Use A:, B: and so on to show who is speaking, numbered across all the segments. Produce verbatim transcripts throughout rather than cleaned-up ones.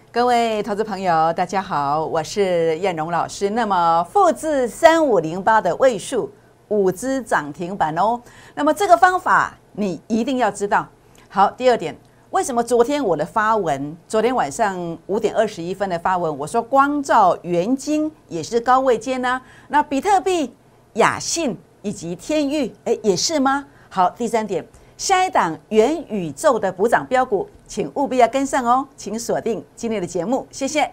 A: 各位投资朋友，大家好，我是燕荣老师。那么复制三五零八的位数五只涨停板哦。那么这个方法你一定要知道。好，第二点，为什么昨天我的发文，昨天晚上五点二十一分的发文，我说光照元晶也是高位阶呢？那比特币、雅信以及天钰，哎，也是吗？好，第三点，下一档元宇宙的补涨标股，请务必要跟上哦，请锁定今天的节目，谢谢。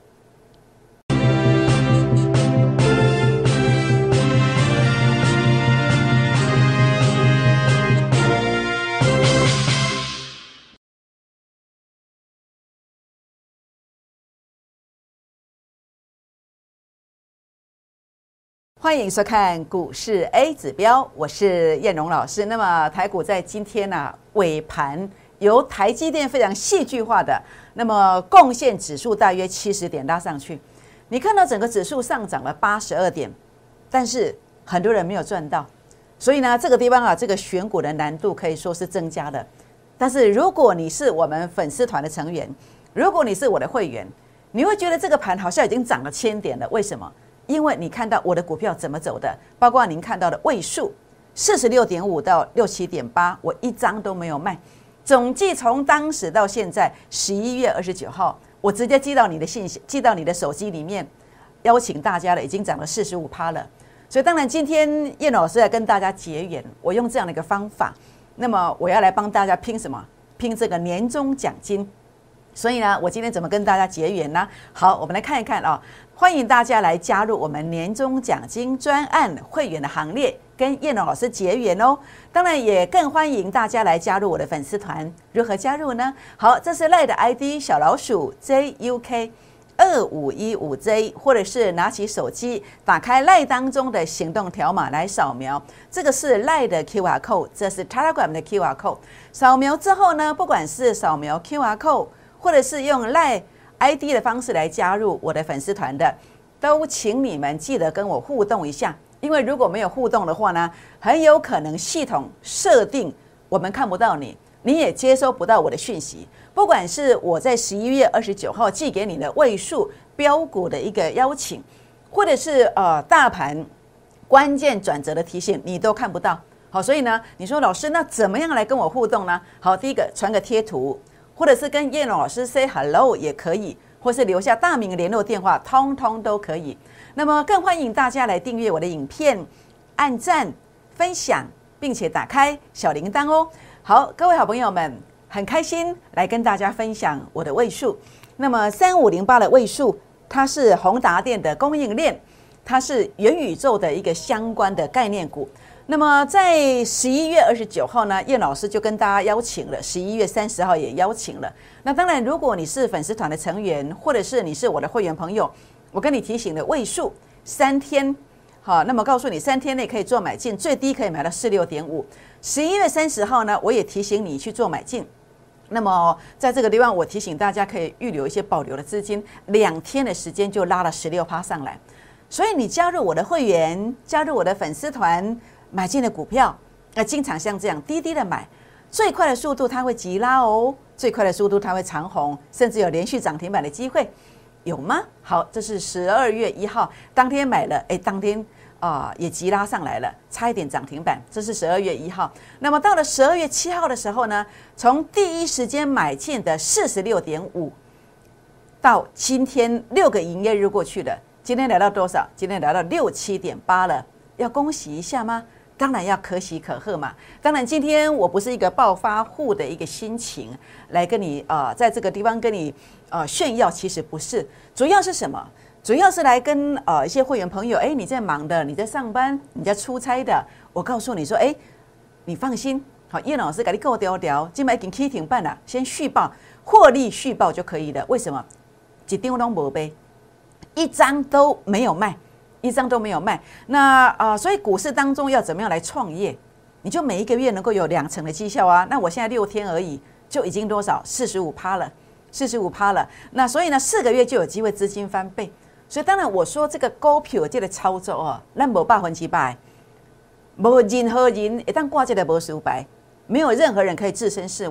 A: 欢迎收看股市 A 指标，我是燕荣老师。那么台股在今天呢、啊、尾盘由台积电非常戏剧化的，那么贡献指数大约七十点拉上去。你看到整个指数上涨了八十二点，但是很多人没有赚到，所以呢这个地方啊，这个选股的难度可以说是增加了。但是如果你是我们粉丝团的成员，如果你是我的会员，你会觉得这个盘好像已经涨了千点了，为什么？因为你看到我的股票怎么走的，包括您看到的位数四十六点五到六七点八，我一张都没有卖。总计从当时到现在十一月二十九号，我直接寄到你的信息，寄到你的手机里面，邀请大家了，已经涨了 百分之四十五 了。所以当然今天燕老师来跟大家结缘，我用这样的一个方法，那么我要来帮大家拼什么？拼这个年终奖金。所以呢，我今天怎么跟大家结缘呢？好，我们来看一看啊、哦，欢迎大家来加入我们年终奖金专案会员的行列，跟燕荣老师结缘哦。当然也更欢迎大家来加入我的粉丝团，如何加入呢？好，这是 L I N E 的 I D 小老鼠 J U K 二五一五 J， 或者是拿起手机打开 L I N E 当中的行动条码来扫描，这个是 L I N E 的 Q R code， 这是 Telegram 的 Q R code。扫描之后呢，不管是扫描 Q R code，或者是用 L I N E I D 的方式来加入我的粉丝团的，都请你们记得跟我互动一下，因为如果没有互动的话呢，很有可能系统设定我们看不到你，你也接收不到我的讯息。不管是我在十一月二十九号寄给你的位数标股的一个邀请，或者是呃大盘关键转折的提醒，你都看不到。好，所以呢，你说老师，那怎么样来跟我互动呢？好，第一个传个贴图。或者是跟燕荣老师 say hello 也可以，或是留下大名联络电话，通通都可以。那么更欢迎大家来订阅我的影片，按赞、分享，并且打开小铃铛哦。好，各位好朋友们，很开心来跟大家分享我的位数。那么三五零八的位数，它是宏达电的供应链，它是元宇宙的一个相关的概念股。那么在十一月二十九号呢，燕老师就跟大家邀请了，十一月三十号也邀请了。那当然，如果你是粉丝团的成员，或者是你是我的会员朋友，我跟你提醒的位数三天，好，那么告诉你三天内可以做买进，最低可以买到四十六点五。十一月三十号呢，我也提醒你去做买进。那么在这个地方，我提醒大家可以预留一些保留的资金，两天的时间就拉了 百分之十六 上来。所以你加入我的会员，加入我的粉丝团。买进的股票，那经常像这样低低的买，最快的速度它会急拉哦，最快的速度它会长红，甚至有连续涨停板的机会，有吗？好，这是十二月一号当天买了，哎，当天啊、呃、也急拉上来了，差一点涨停板，这是十二月一号。那么到了十二月七号的时候呢，从第一时间买进的四十六点五，到今天六个营业日过去了，今天来到多少？今天来到六七点八了，要恭喜一下吗？当然要可喜可贺嘛。当然，今天我不是一个暴发户的一个心情来跟你呃，在这个地方跟你呃炫耀，其实不是，主要是什么？主要是来跟呃一些会员朋友，哎，你在忙的，你在上班，你在出差的，我告诉你说，哎，你放心，好，叶老师给你够调调，今晚已经起停办了，先续报，获利续报就可以了。为什么？一张都没卖，一张都没有卖。一张都没有卖，那啊、呃，所以股市当中要怎么样来创业？你就每一个月能够有两成的绩效啊。那我现在六天而已，就已经多少？四十五趴了，四十五趴了。那所以呢，四个月就有机会资金翻倍。所以当然我说这个股票这个操作哦，咱无百分之百，无任何人一旦挂这个无输白，没有任何人可以置身事外。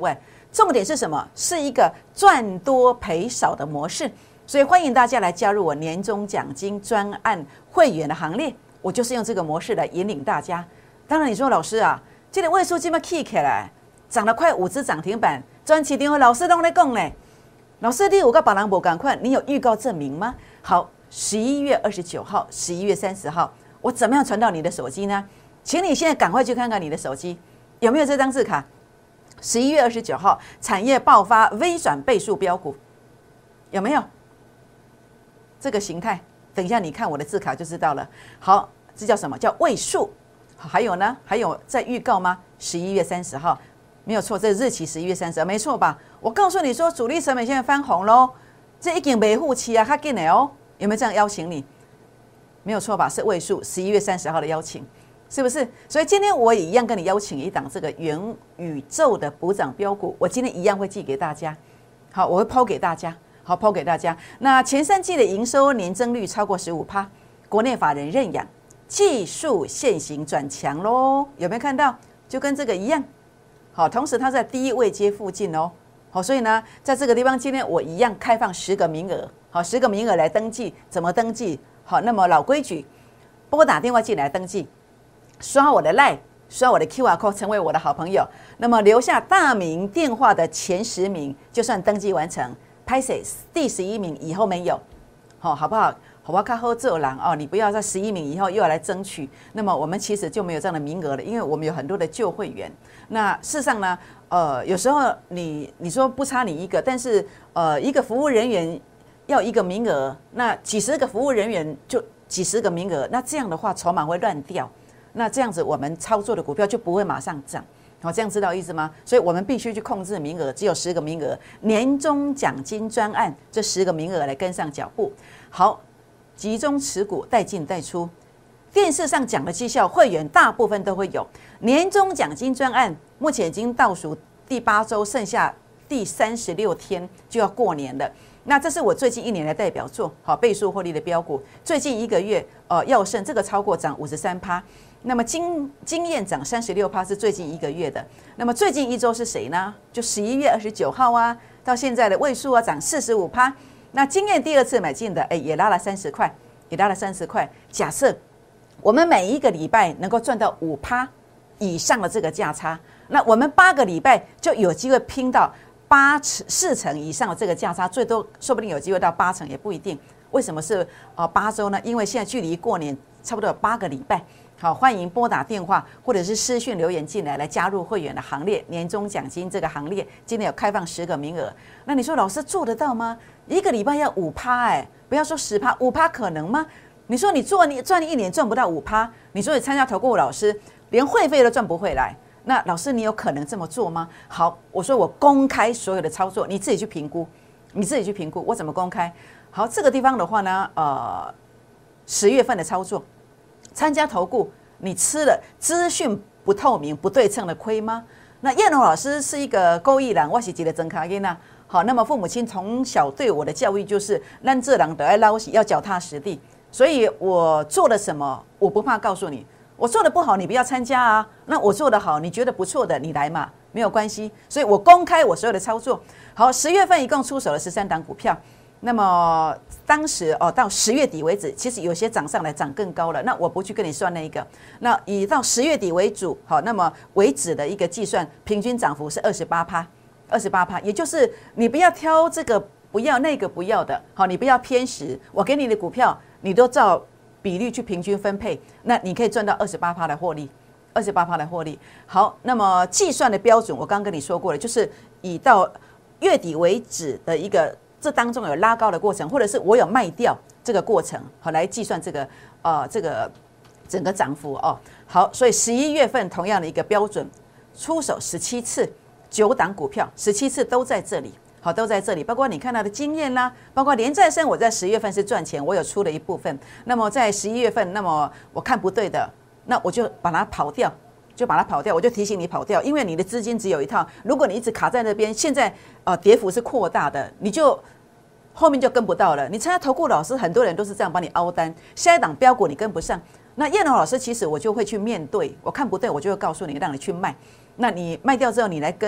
A: 重点是什么？是一个赚多赔少的模式。所以欢迎大家来加入我年终奖金专案会员的行列，我就是用这个模式来引领大家。当然你说老师啊，这个位数这么 key 起来，涨了快五只涨停板，专期定位老师都在讲呢。老师，你有跟别人不赶快？你有预告证明吗？好，十一月二十九号、十一月三十号，我怎么样传到你的手机呢？请你现在赶快去看看你的手机有没有这张字卡。十一月二十九号，产业爆发，微转倍数标股，有没有？这个形态，等一下你看我的字卡就知道了。好，这叫什么？叫位数。还有呢？还有在预告吗？十一月三十号，没有错，这日期十一月三十号，没错吧？我告诉你说，主力成本现在翻红喽，这已经没护期啊，较紧的哦。有没有这样邀请你？没有错吧？是位数，十一月三十号的邀请，是不是？所以今天我也一样跟你邀请一档这个元宇宙的补涨标股，我今天一样会寄给大家。好，我会抛给大家。好，抛给大家。那前三季的营收年增率超过 百分之十五， 国内法人认养，技术现行转强咯，有没有看到？就跟这个一样。好，同时它在第一位阶附近哦。好，所以呢，在这个地方今天我一样开放十个名额，好，十个名额来登记，怎么登记？好，那么老规矩，拨打电话进来登记，刷我的 LINE， 刷我的 Q R code， 成为我的好朋友。那么留下大名电话的前十名，就算登记完成。拍谁第十一名以后没有，好，好不好？好不好？看后做人哦，你不要在十一名以后又要来争取。那么我们其实就没有这样的名额了，因为我们有很多的旧会员。那事实上呢，呃，有时候你你说不差你一个，但是呃，一个服务人员要一个名额，那几十个服务人员就几十个名额，那这样的话筹码会乱掉，那这样子我们操作的股票就不会马上涨。好，这样知道意思吗？所以我们必须去控制名额，只有十个名额，年终奖金专案这十个名额来跟上脚步。好，集中持股，带进带出。电视上讲的绩效，会员大部分都会有。年终奖金专案目前已经倒数第八周，剩下第三十六天就要过年了。那这是我最近一年的代表作，好，倍数获利的标股。最近一个月，呃，耀盛这个超过涨五十三趴。那么经经验涨三十六趴是最近一个月的，那么最近一周是谁呢？就十一月二十九号啊，到现在的位数啊涨四十五趴。那经验第二次买进的，哎，也拉了三十块，也拉了三十块。假设我们每一个礼拜能够赚到五趴以上的这个价差，那我们八个礼拜就有机会拼到八成四成以上的这个价差，最多说不定有机会到八成，也不一定。为什么是呃八周呢？因为现在距离过年差不多有八个礼拜。好，欢迎拨打电话或者是私讯留言进来，来加入会员的行列，年终奖金这个行列，今天有开放十个名额。那你说老师做得到吗？一个礼拜要五趴，哎，不要说十趴，五趴可能吗？你说你做你赚一年赚不到五趴，你说你参加投顾老师连会费都赚不回来，那老师你有可能这么做吗？好，我说我公开所有的操作，你自己去评估，你自己去评估，我怎么公开？好，这个地方的话呢，呃，十月份的操作。参加投顾，你吃了资讯不透明、不对称的亏吗？那燕龙老师是一个勾一人，我是一个真卡囡仔。好，那么父母亲从小对我的教育就是，咱这人得爱捞洗，要脚踏实地。所以我做了什么，我不怕告诉你。我做的不好，你不要参加啊。那我做的好，你觉得不错的，你来嘛，没有关系。所以我公开我所有的操作。好，十月份一共出手了十三档股票。那么当时哦，到十月底为止，其实有些涨上来，涨更高了。那我不去跟你算那一个，那以到十月底为主，好，那么为止的一个计算，平均涨幅是二十八趴，二十八趴，也就是你不要挑这个不要那个不要的，好，你不要偏食，我给你的股票，你都照比例去平均分配，那你可以赚到二十八趴的获利，二十八趴的获利。好，那么计算的标准，我刚刚跟你说过了，就是以到月底为止的一个。这当中有拉高的过程，或者是我有卖掉这个过程，好来计算这个呃这个整个涨幅哦。好，所以十一月份同样的一个标准，出手十七次，九档股票，十七次都在这里，好都在这里，包括你看到的经验啦，包括连再生，我在十月份是赚钱，我有出了一部分。那么在十一月份，那么我看不对的，那我就把它跑掉。就把它跑掉，我就提醒你跑掉，因为你的资金只有一套。如果你一直卡在那边，现在呃跌幅是扩大的，你就后面就跟不到了。你参加投顾老师，很多人都是这样帮你凹单，下一档标股你跟不上。那燕龙老师其实我就会去面对，我看不对，我就会告诉你，让你去卖。那你卖掉之后，你来跟了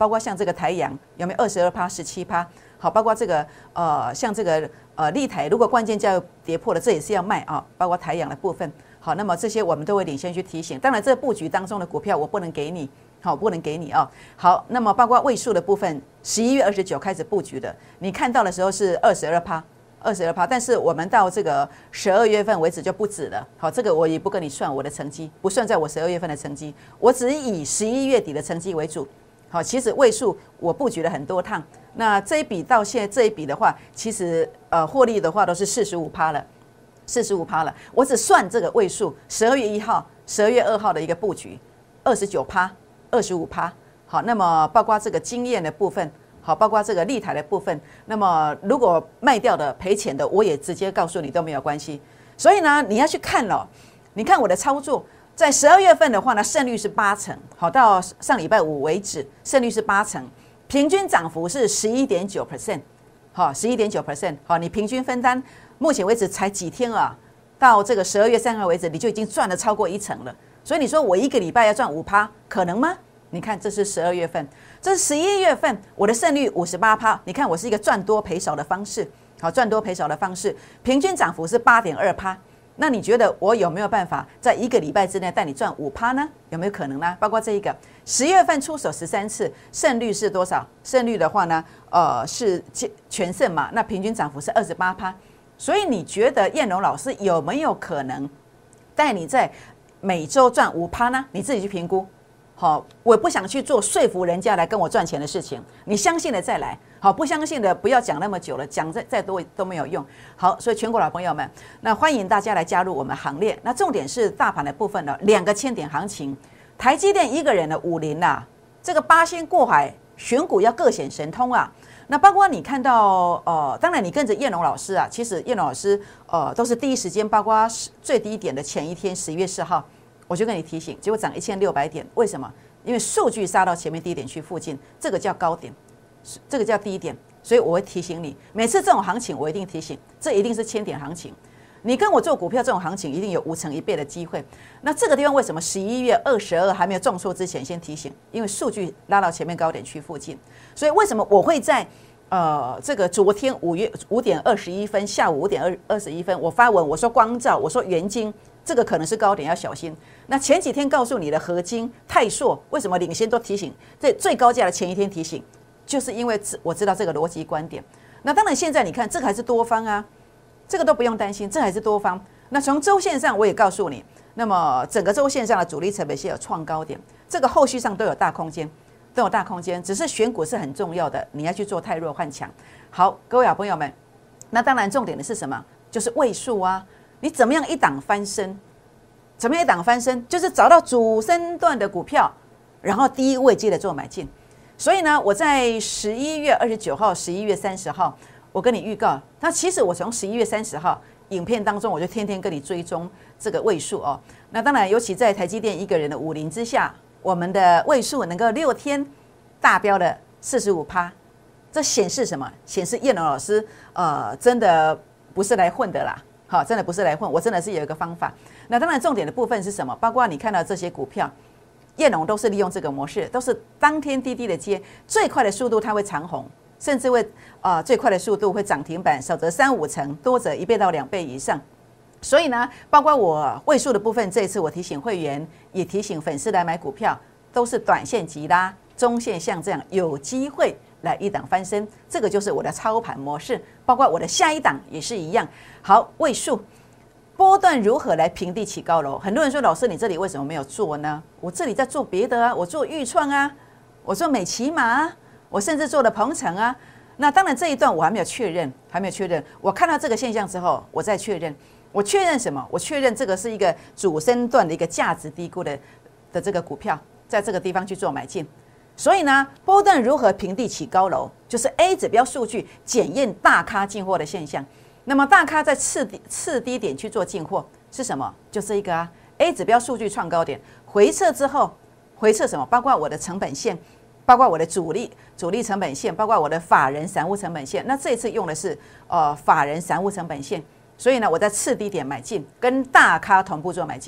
A: 包括像这个台阳有没有二十二趴、十七趴？好，包括这个呃，像这个呃立台，如果关键价又跌破了，这也是要卖啊。包括台阳的部分，好，那么这些我们都会领先去提醒。当然，这布局当中的股票我不能给你，好，不能给你啊。好，那么包括位数的部分，十一月二十九开始布局的，你看到的时候是二十二趴。二十二趴，但是我们到这个十二月份为止就不止了。好，这个我也不跟你算我的成绩，不算在我十二月份的成绩，我只以十一月底的成绩为主。好，其实位数我布局了很多趟，那这一笔到现在这一笔的话，其实呃获利的话都是四十五趴了，四十五趴了。我只算这个位数，十二月一号、十二月二号的一个布局，二十九趴、二十五趴。好，那么包括这个经验的部分。好，包括这个立台的部分，那么如果卖掉的赔钱的，我也直接告诉你都没有关系。所以呢，你要去看了，你看我的操作，在十二月份的话呢，胜率是八成，好，到上礼拜五为止，胜率是八成，平均涨幅是十一点九 percent， 好，十一点九 percent， 好，你平均分担，目前为止才几天啊，到这个十二月三号为止，你就已经赚了超过一成了。所以你说我一个礼拜要赚五趴，可能吗？你看，这是十二月份，这是十一月份，我的胜率五十八趴。你看，我是一个赚多赔少的方式，好，赚多赔少的方式，平均涨幅是八点二趴。那你觉得我有没有办法在一个礼拜之内带你赚五趴呢？有没有可能呢？包括这一个十月份出手十三次，胜率是多少？胜率的话呢，呃，是全胜嘛？那平均涨幅是二十八趴。所以你觉得燕蓉老师有没有可能带你在每周赚五趴呢？你自己去评估。好，我不想去做说服人家来跟我赚钱的事情，你相信了再来。好，不相信的不要讲那么久了，讲再再多都没有用。好，所以全国老朋友们，那欢迎大家来加入我们行列。那重点是大盘的部分呢，两个千点行情，台积电一个人的五零呐，这个八仙过海，选股要各显神通啊。那包括你看到呃，当然你跟着燕蓉老师啊，其实燕蓉老师呃都是第一时间，包括最低点的前一天十一月四号。我就跟你提醒，结果涨一千六百点，为什么？因为数据杀到前面低点区附近，这个叫高点，这个叫低点，所以我会提醒你，每次这种行情我一定提醒，这一定是千点行情。你跟我做股票这种行情，一定有五成一倍的机会。那这个地方为什么十一月二十二还没有重挫之前先提醒？因为数据拉到前面高点区附近，所以为什么我会在呃这个昨天五月五点二十一分下午五点二二十一分，我发文我说光照，我说元晶。这个可能是高点，要小心。那前几天告诉你的合金、泰硕，为什么领先都提醒？在最高价的前一天提醒，就是因为我知道这个逻辑观点。那当然，现在你看，这个还是多方啊，这个都不用担心，这还是多方。那从周线上，我也告诉你，那么整个周线上的主力成本线有创高点，这个后续上都有大空间，都有大空间。只是选股是很重要的，你要去做太弱换强。好，各位好朋友们，那当然重点的是什么？就是位数啊。你怎么样一档翻身？怎么样一档翻身？就是找到主升段的股票，然后低位接着做买进。所以呢，我在十一月二十九号、十一月三十号，我跟你预告。那其实我从十一月三十号影片当中，我就天天跟你追踪这个位数哦。那当然，尤其在台积电一个人的五零之下，我们的位数能够六天大标的四十五趴，这显示什么？显示燕蓉老师呃，真的不是来混的啦。好，真的不是来混，我真的是有一个方法。那当然，重点的部分是什么？包括你看到这些股票，燕蓉都是利用这个模式，都是当天滴滴的接，最快的速度它会长红，甚至会呃最快的速度会涨停板，少则三五成，多则一倍到两倍以上。所以呢，包括我位数的部分，这一次我提醒会员，也提醒粉丝来买股票，都是短线急拉，中线像这样有机会来一档翻身，这个就是我的操盘模式，包括我的下一档也是一样。好，位数波段如何来平地起高楼？很多人说，老师你这里为什么没有做呢？我这里在做别的啊，我做预创啊，我做美骑马啊，我甚至做了鹏程啊。那当然这一段我还没有确认，还没有确认。我看到这个现象之后，我再确认。我确认什么？我确认这个是一个主升段的一个价值低估的的这个股票，在这个地方去做买进。所以呢，波段如何平地起高楼，就是 A 指标数据检验大咖进货的现象。那么大咖在次低次低点去做进货是什么？就这一个啊 ，A 指标数据创高点回撤之后，回撤什么？包括我的成本线，包括我的主力主力成本线，包括我的法人散户成本线。那这一次用的是呃法人散户成本线，所以呢，我在次低点买进，跟大咖同步做买进。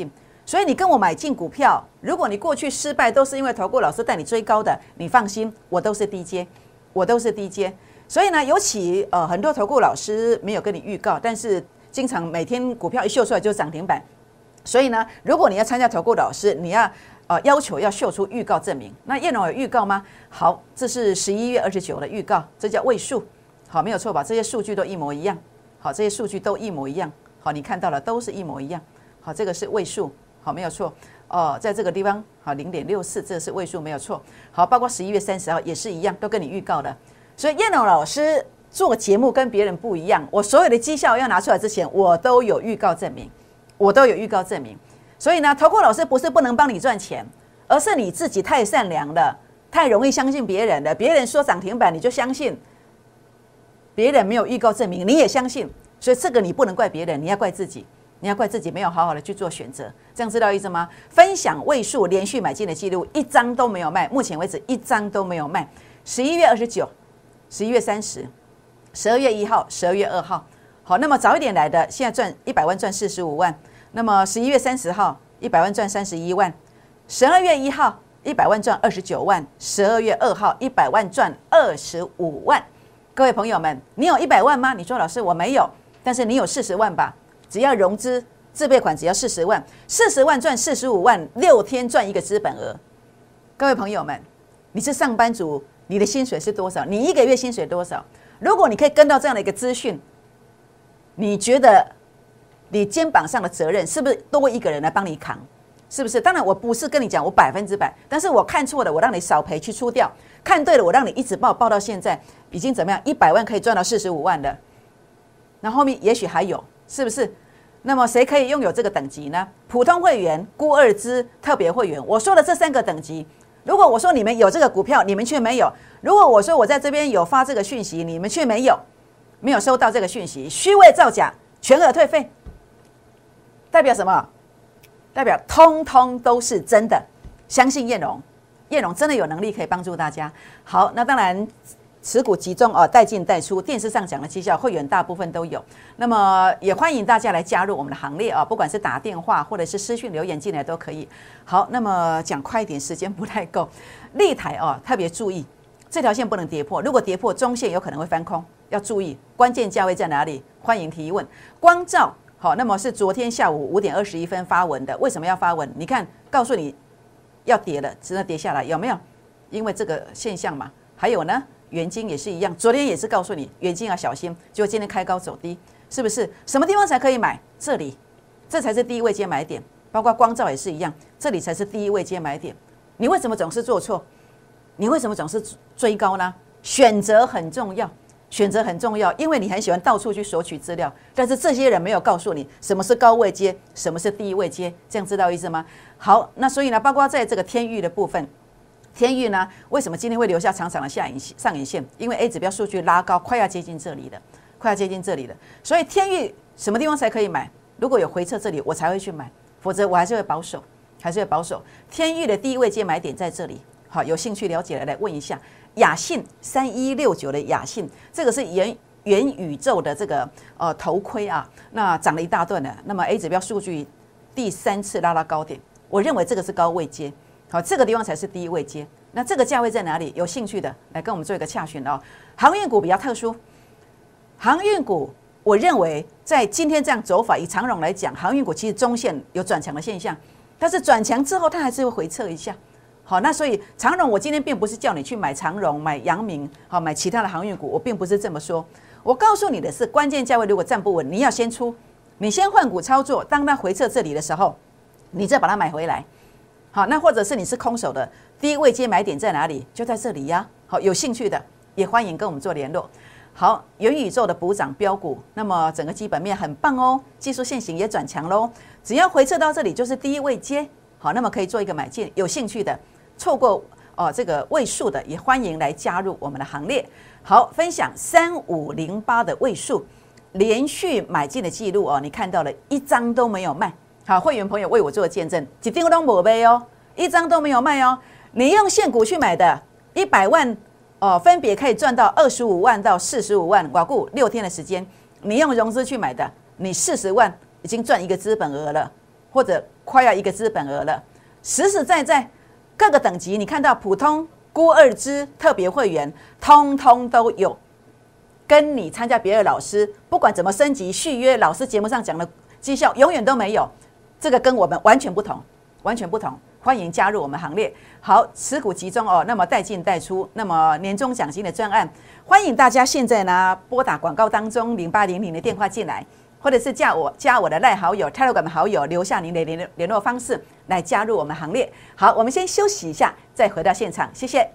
A: 所以你跟我买进股票，如果你过去失败都是因为投顾老师带你追高的，你放心，我都是低阶，我都是低阶。所以呢，尤其呃很多投顾老师没有跟你预告，但是经常每天股票一秀出来就是涨停板。所以呢，如果你要参加投顾老师，你要呃要求要秀出预告证明。那叶龙有预告吗？好，这是十一月二十九的预告，这叫位数。好，没有错吧？这些数据都一模一样。好，这些数据都一模一样。好，你看到了都是一模一样。好，这个是位数。好，没有错。哦，在这个地方，好，零点六四，这是位数，没有错。好，包括十一月三十号也是一样，都跟你预告的。所以叶龙老师做节目跟别人不一样，我所有的绩效要拿出来之前，我都有预告证明，我都有预告证明。所以呢，投顾老师不是不能帮你赚钱，而是你自己太善良了，太容易相信别人了。别人说涨停板你就相信，别人没有预告证明你也相信，所以这个你不能怪别人，你要怪自己。你要怪自己没有好好的去做选择，这样知道意思吗？分享位数连续买进的记录，一张都没有卖，目前为止一张都没有卖。十一月二十九、十一月三十、十二月一号、十二月二号，好，那么早一点来的，现在赚一百万赚四十五万。那么十一月三十号一百万赚三十一万，十二月一号一百万赚二十九万，十二月二号一百万赚二十五万。各位朋友们，你有一百万吗？你说老师我没有，但是你有四十万吧？只要融资自备款只要四十万，四十万赚四十五万，六天赚一个资本额。各位朋友们，你是上班族，你的薪水是多少？你一个月薪水多少？如果你可以跟到这样的一个资讯，你觉得你肩膀上的责任是不是多一个人来帮你扛？是不是？当然我不是跟你讲我百分之百，但是我看错了，我让你少赔去出掉；看对了，我让你一直报报到现在，已经怎么样？一百万可以赚到四十五万了。那后面也许还有，是不是？那么谁可以拥有这个等级呢？普通会员、孤二支、特别会员。我说的这三个等级，如果我说你们有这个股票，你们却没有；如果我说我在这边有发这个讯息，你们却没有，没有收到这个讯息，虚伪造假，全额退费，代表什么？代表通通都是真的。相信叶龙，叶龙真的有能力可以帮助大家。好，那当然。持股集中哦，带进带出，电视上讲的绩效，会员大部分都有。那么也欢迎大家来加入我们的行列啊，不管是打电话或者是私讯留言进来都可以。好，那么讲快一点，时间不太够。立台哦，特别注意，这条线不能跌破，如果跌破中线有可能会翻空，要注意关键价位在哪里？欢迎提问。光照好，那么是昨天下午五点二十一分发文的，为什么要发文？你看，告诉你要跌了，只能跌下来，有没有？因为这个现象嘛。还有呢？元晶也是一样，昨天也是告诉你元晶要小心，结果今天开高走低，是不是？什么地方才可以买？这里，这才是第一位阶买点。包括光照也是一样，这里才是第一位阶买点。你为什么总是做错？你为什么总是追高呢？选择很重要，选择很重要，因为你很喜欢到处去索取资料，但是这些人没有告诉你什么是高位阶，什么是第一位阶，这样知道意思吗？好，那所以呢，包括在这个天钰的部分。天钰呢？为什么今天会留下长长的下影上影线？因为 A 指标数据拉高，快要接近这里了，快要接近这里了。所以天钰什么地方才可以买？如果有回撤这里，我才会去买，否则我还是会保守，还是会保守。天钰的第一位接买点在这里，好，有兴趣了解的来问一下。雅信三一六九的雅信，这个是元元宇宙的这个呃头盔啊，那涨了一大段了。那么 A 指标数据第三次拉到高点，我认为这个是高位接。好，这个地方才是第一位阶。那这个价位在哪里？有兴趣的来跟我们做一个洽询哦。航运股比较特殊，航运股我认为在今天这样走法，以长荣来讲，航运股其实中线有转强的现象，但是转强之后它还是会回撤一下。好，那所以长荣我今天并不是叫你去买长荣、买阳明、好买其他的航运股，我并不是这么说。我告诉你的是，关键价位如果站不稳，你要先出，你先换股操作。当它回撤这里的时候，你再把它买回来。好，那或者是你是空手的，第一位接买点在哪里？就在这里呀。好，有兴趣的也欢迎跟我们做联络。好，元宇宙的补涨标股，那么整个基本面很棒哦，技术线型也转强喽。只要回撤到这里就是第一位接，好，那么可以做一个买进。有兴趣的，错过哦这个位数的，也欢迎来加入我们的行列。好，分享三五零八的位数连续买进的记录哦，你看到了一张都没有卖。好，会员朋友为我做见证，一张都没卖哦，一张都没有卖哦。你用现股去买的，一百万哦，分别可以赚到二十五万到四十五万，寡固六天的时间。你用融资去买的，你四十万已经赚一个资本额了， 或者快要一个资本额了。实实在在各个等级，你看到普通、孤二支、特别会员，通通都有。跟你参加别的老师，不管怎么升级续约，老师节目上讲的绩效永远都没有。这个跟我们完全不同，完全不同。欢迎加入我们行列。好，持股集中哦，那么带进带出，那么年终奖金的专案，欢迎大家现在呢拨打广告当中零八零零的电话进来，或者是加我加我的赖好友 Telegram 好友，留下您的联联络方式来加入我们行列。好，我们先休息一下，再回到现场，谢谢。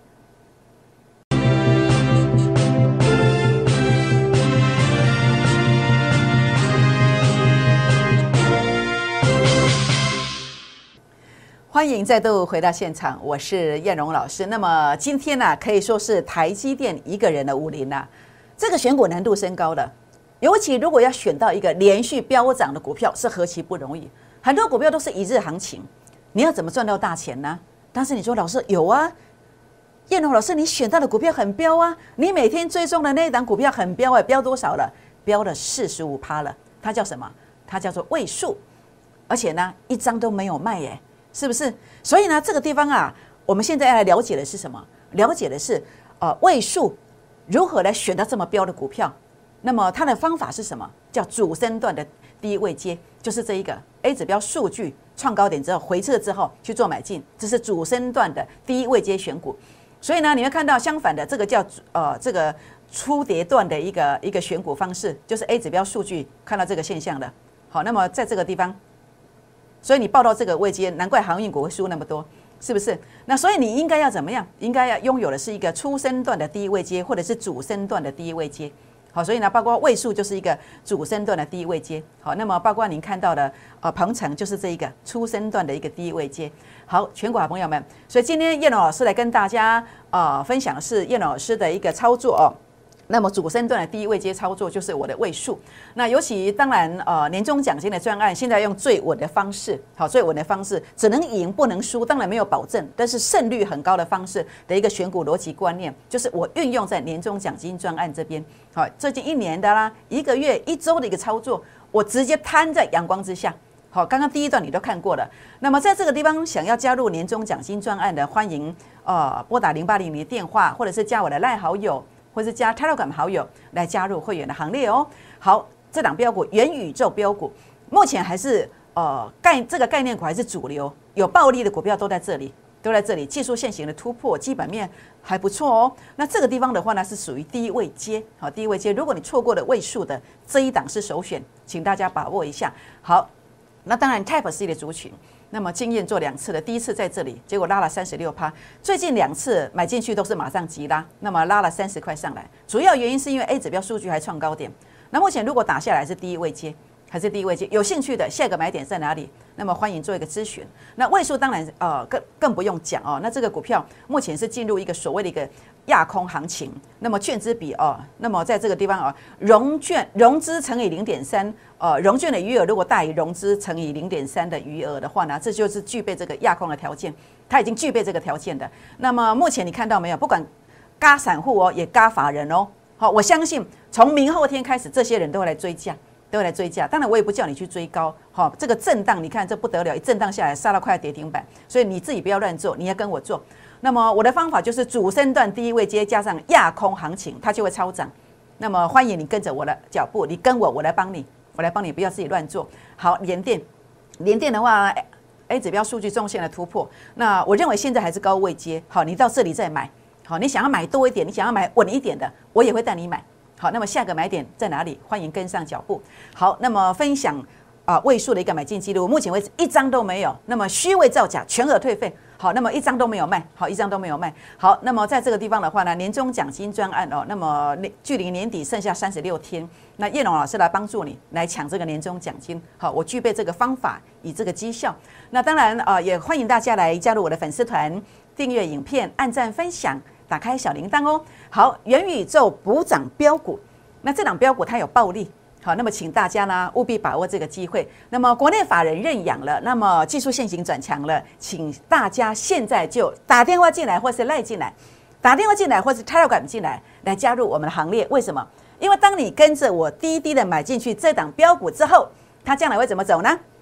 A: 欢迎再度回到现场，我是燕荣老师。那么今天呢、啊，可以说是台积电一个人的武林啊，这个选股难度升高了。尤其如果要选到一个连续飙涨的股票，是何其不容易。很多股票都是一日行情，你要怎么赚到大钱呢？但是你说老师有啊，燕荣老师，你选到的股票很飙啊，你每天追踪的那一档股票很飙啊，飙多少了？飙了 百分之四十五 了。它叫什么？它叫做位数，而且呢，一张都没有卖耶。是不是？所以呢，这个地方啊，我们现在要来了解的是什么？了解的是，呃，位数如何来选到这么标的股票？那么它的方法是什么？叫主升段的第一位阶，就是这一个 A 指标数据创高点之后回撤之后去做买进，这是主升段的第一位阶选股。所以呢，你会看到相反的，这个叫呃这个初跌段的一个一个选股方式，就是 A 指标数据看到这个现象的。好，那么在这个地方。所以你报到这个位阶，难怪航运股会输那么多，是不是？那所以你应该要怎么样？应该要拥有的是一个初升段的第一位阶，或者是主升段的第一位阶。好，所以呢，包括位数就是一个主升段的第一位阶。好，那么包括您看到的呃鹏程就是这一个初升段的一个第一位阶。好，全国好朋友们，所以今天燕龙老师来跟大家呃分享的是燕龙老师的一个操作哦。那么主升段的第一位阶操作就是我的位数，那尤其当然呃年终奖金的专案，现在用最稳的方式，好最稳的方式，只能赢不能输，当然没有保证，但是胜率很高的方式的一个选股逻辑观念，就是我运用在年终奖金专案这边，好最近一年的啦，一个月一周的一个操作，我直接摊在阳光之下。好，刚刚第一段你都看过了。那么在这个地方想要加入年终奖金专案的，欢迎呃拨打零八零零的电话，或者是加我的赖好友。或是加 Telegram 好友来加入会员的行列哦。好，这档标股元宇宙标股，目前还是呃概这个概念股还是主流，有暴利的股票都在这里，都在这里。技术线型的突破，基本面还不错哦。那这个地方的话呢，是属于第一位阶，好，第一位阶。如果你错过了位数的这一档是首选，请大家把握一下。好，那当然 Type C 的族群。那么经验做两次的，第一次在这里，结果拉了 百分之三十六， 最近两次买进去都是马上急拉，那么拉了三十块上来，主要原因是因为 A 指标数据还创高点。那目前如果打下来是第一位阶，还是第一位阶，有兴趣的下一个买点在哪里？那么欢迎做一个咨询。那位数当然呃更更不用讲哦，那这个股票目前是进入一个所谓的一个亚空行情，那么券资比哦，那么在这个地方哦，融券融资乘以零点三。呃，融券的余额如果大于融资乘以零点三的余额的话呢，这就是具备这个亚空的条件，它已经具备这个条件的。那么目前你看到没有？不管嘎散户哦，也嘎法人哦。好，我相信从明后天开始，这些人都会来追价，都会来追价。当然，我也不叫你去追高。好，这个震荡你看这不得了，一震荡下来杀到快要跌停板，所以你自己不要乱做，你要跟我做。那么我的方法就是主升段第一位阶加上亚空行情，它就会超涨。那么欢迎你跟着我的脚步，你跟我，我来帮你。我来帮你，不要自己乱做。好，联电，联电的话 ，A 指标数据中线的突破，那我认为现在还是高位接。好，你到这里再买。好，你想要买多一点，你想要买稳一点的，我也会带你买。好，那么下个买点在哪里？欢迎跟上脚步。好，那么分享啊、呃、位数的一个买进记录，目前为止一张都没有。那么虚伪造假，全额退费。好，那么一张都没有卖，好，一张都没有卖。好，那么在这个地方的话呢，年终奖金专案哦，那么距离年底剩下三十六天，那叶龙老师来帮助你来抢这个年终奖金。好，我具备这个方法，以这个绩效。那当然啊、呃，也欢迎大家来加入我的粉丝团，订阅影片，按赞分享，打开小铃铛哦。好，元宇宙补涨标股，那这档标股它有暴利。好，那么请大家呢务必把握这个机会。那么国内法人认养了，那么技术线型转强了，请大家现在就打电话进来，或是赖进来，打电话进来，或是 Telegram 进来，来加入我们的行列。为什么？因为当你跟着我滴滴的买进去这档标股之后，它将来会怎么走呢？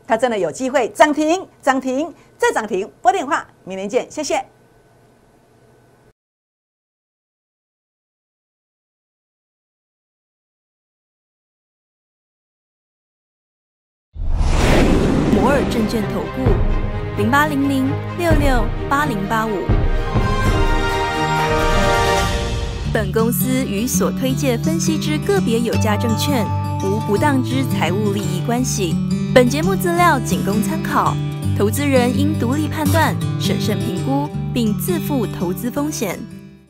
A: 它真的有机会涨停、涨停再涨停。拨电话，明天见，谢谢。
B: 摩尔证券投顾零八零零六六八零八五。本公司与所推介分析之个别有价证券无不当之财务利益关系。本节目资料仅供参考，投资人应独立判断、审慎评估，并自负投资风险。